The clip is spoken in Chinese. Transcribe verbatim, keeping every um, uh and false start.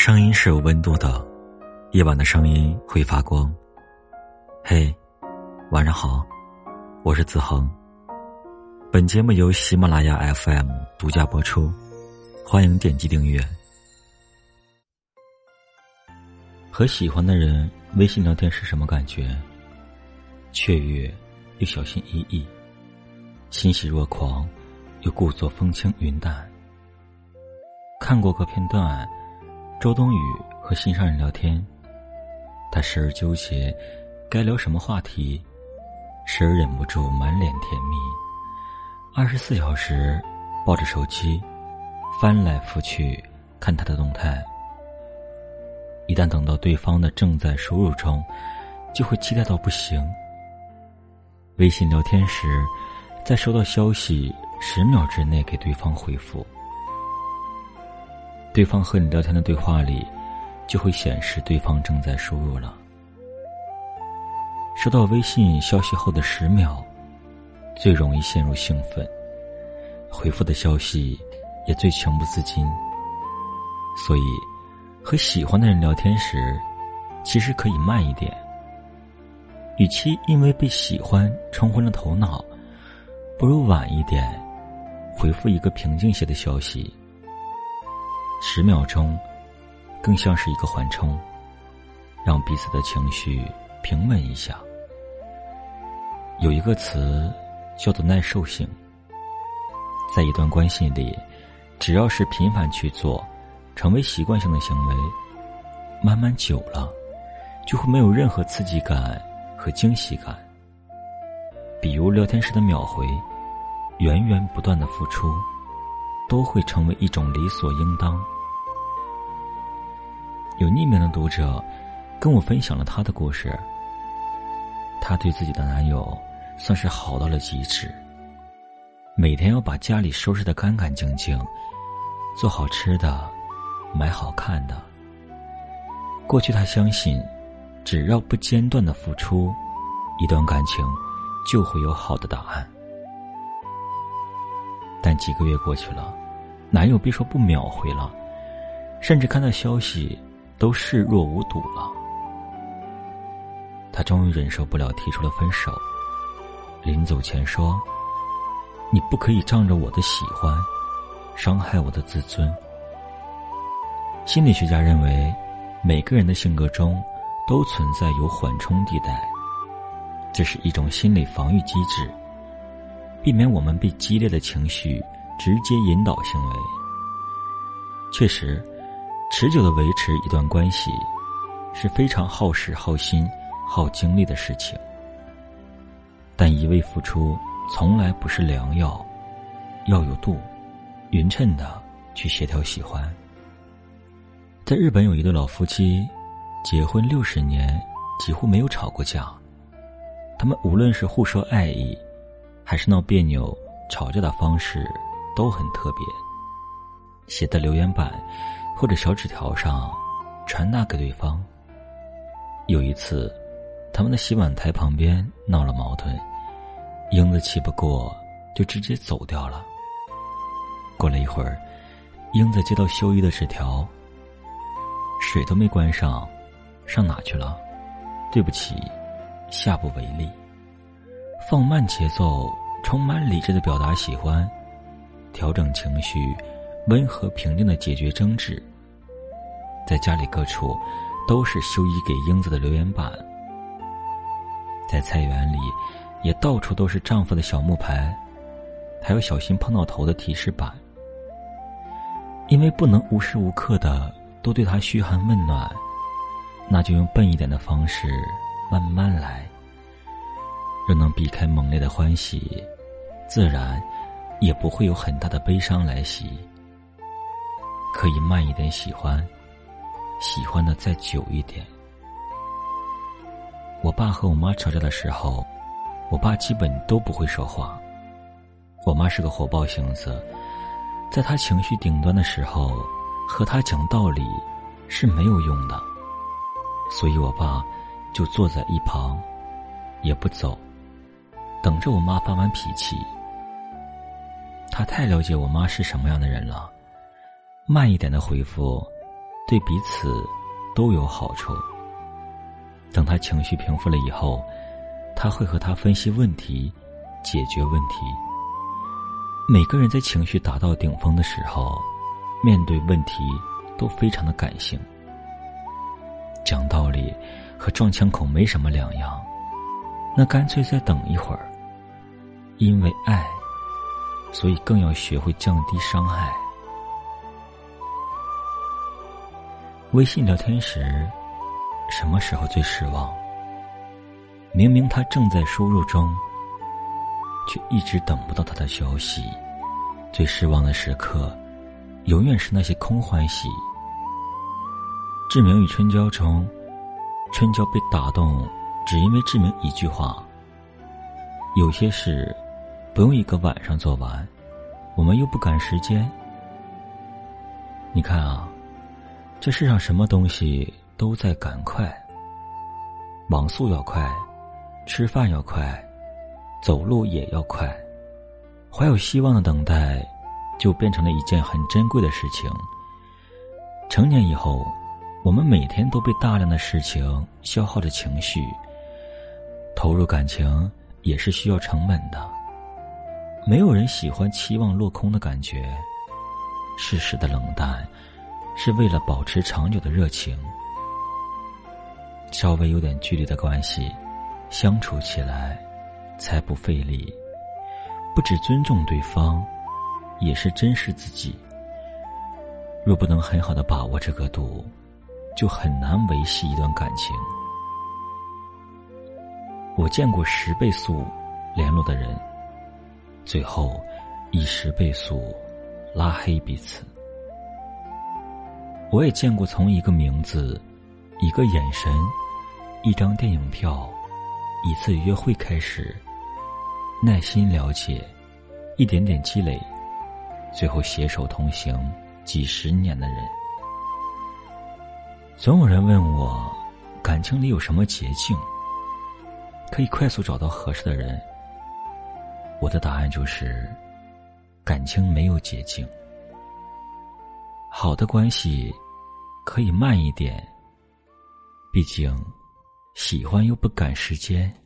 声音是有温度的，夜晚的声音会发光。嘿，晚上好，我是子恒。本节目由喜马拉雅 F M 独家播出，欢迎点击订阅。和喜欢的人微信聊天是什么感觉？雀跃又小心翼翼，欣喜若狂又故作风轻云淡。看过个片段，周冬雨和心上人聊天，他时而纠结该聊什么话题，时而忍不住满脸甜蜜，二十四小时抱着手机翻来覆去看他的动态。一旦等到对方的正在输入中，就会期待到不行。微信聊天时，在收到消息十秒之内给对方回复，对方和你聊天的对话里就会显示对方正在输入了。收到微信消息后的十秒最容易陷入兴奋，回复的消息也最情不自禁。所以和喜欢的人聊天时，其实可以慢一点。与其因为被喜欢冲昏了头脑，不如晚一点回复一个平静些的消息。十秒钟更像是一个缓冲，让彼此的情绪平稳一下。有一个词叫做耐受性，在一段关系里，只要是频繁去做，成为习惯性的行为，慢慢久了就会没有任何刺激感和惊喜感。比如聊天时的秒回，源源不断的付出都会成为一种理所应当。有匿名的读者跟我分享了他的故事，他对自己的男友算是好到了极致，每天要把家里收拾得干干净净，做好吃的，买好看的。过去他相信，只要不间断的付出，一段感情就会有好的答案。但几个月过去了，男友别说不秒回了，甚至看到消息都视若无睹了。他终于忍受不了，提出了分手。临走前说，你不可以仗着我的喜欢伤害我的自尊。心理学家认为，每个人的性格中都存在有缓冲地带，这是一种心理防御机制，避免我们被激烈的情绪直接引导行为。确实，持久的维持一段关系是非常耗时耗心耗精力的事情，但一味付出从来不是良药，要有度，匀称的去协调喜欢。在日本有一对老夫妻，结婚六十年几乎没有吵过架，他们无论是互说爱意还是闹别扭吵架的方式都很特别，写在留言板或者小纸条上传达给对方。有一次他们的洗碗台旁边闹了矛盾，英子气不过就直接走掉了。过了一会儿，英子接到修一的纸条，水都没关上，上哪去了？对不起，下不为例。放慢节奏，充满理智的表达喜欢，调整情绪，温和平静的解决争执。在家里各处都是修一给英子的留言板，在菜园里也到处都是丈夫的小木牌，还有小心碰到头的提示板。因为不能无时无刻的都对他嘘寒问暖，那就用笨一点的方式慢慢来。若能避开猛烈的欢喜，自然也不会有很大的悲伤来袭。可以慢一点喜欢，喜欢的再久一点。我爸和我妈吵架的时候，我爸基本都不会说话。我妈是个火爆性子，在她情绪顶端的时候，和她讲道理是没有用的，所以我爸就坐在一旁也不走，等着我妈发完脾气。他太了解我妈是什么样的人了，慢一点的回复对彼此都有好处。等他情绪平复了以后，他会和他分析问题，解决问题。每个人在情绪达到顶峰的时候，面对问题都非常的感性，讲道理和撞枪口没什么两样，那干脆再等一会儿。因为爱，所以更要学会降低伤害。微信聊天时，什么时候最失望？明明他正在输入中，却一直等不到他的消息。最失望的时刻，永远是那些空欢喜。志明与春娇中，春娇被打动，只因为志明一句话。有些事不用一个晚上做完，我们又不赶时间。你看啊，这世上什么东西都在赶快，网速要快，吃饭要快，走路也要快。怀有希望的等待就变成了一件很珍贵的事情。成年以后，我们每天都被大量的事情消耗着情绪，投入感情也是需要成本的。没有人喜欢期望落空的感觉，适时的冷淡是为了保持长久的热情。稍微有点距离的关系，相处起来才不费力。不只尊重对方，也是珍视自己。若不能很好的把握这个度，就很难维系一段感情。我见过十倍速联络的人，最后以十倍速拉黑彼此。我也见过从一个名字、一个眼神、一张电影票、一次约会开始，耐心了解，一点点积累，最后携手同行几十年的人。总有人问我，感情里有什么捷径，可以快速找到合适的人？我的答案就是，感情没有捷径。好的关系可以慢一点，毕竟喜欢又不赶时间。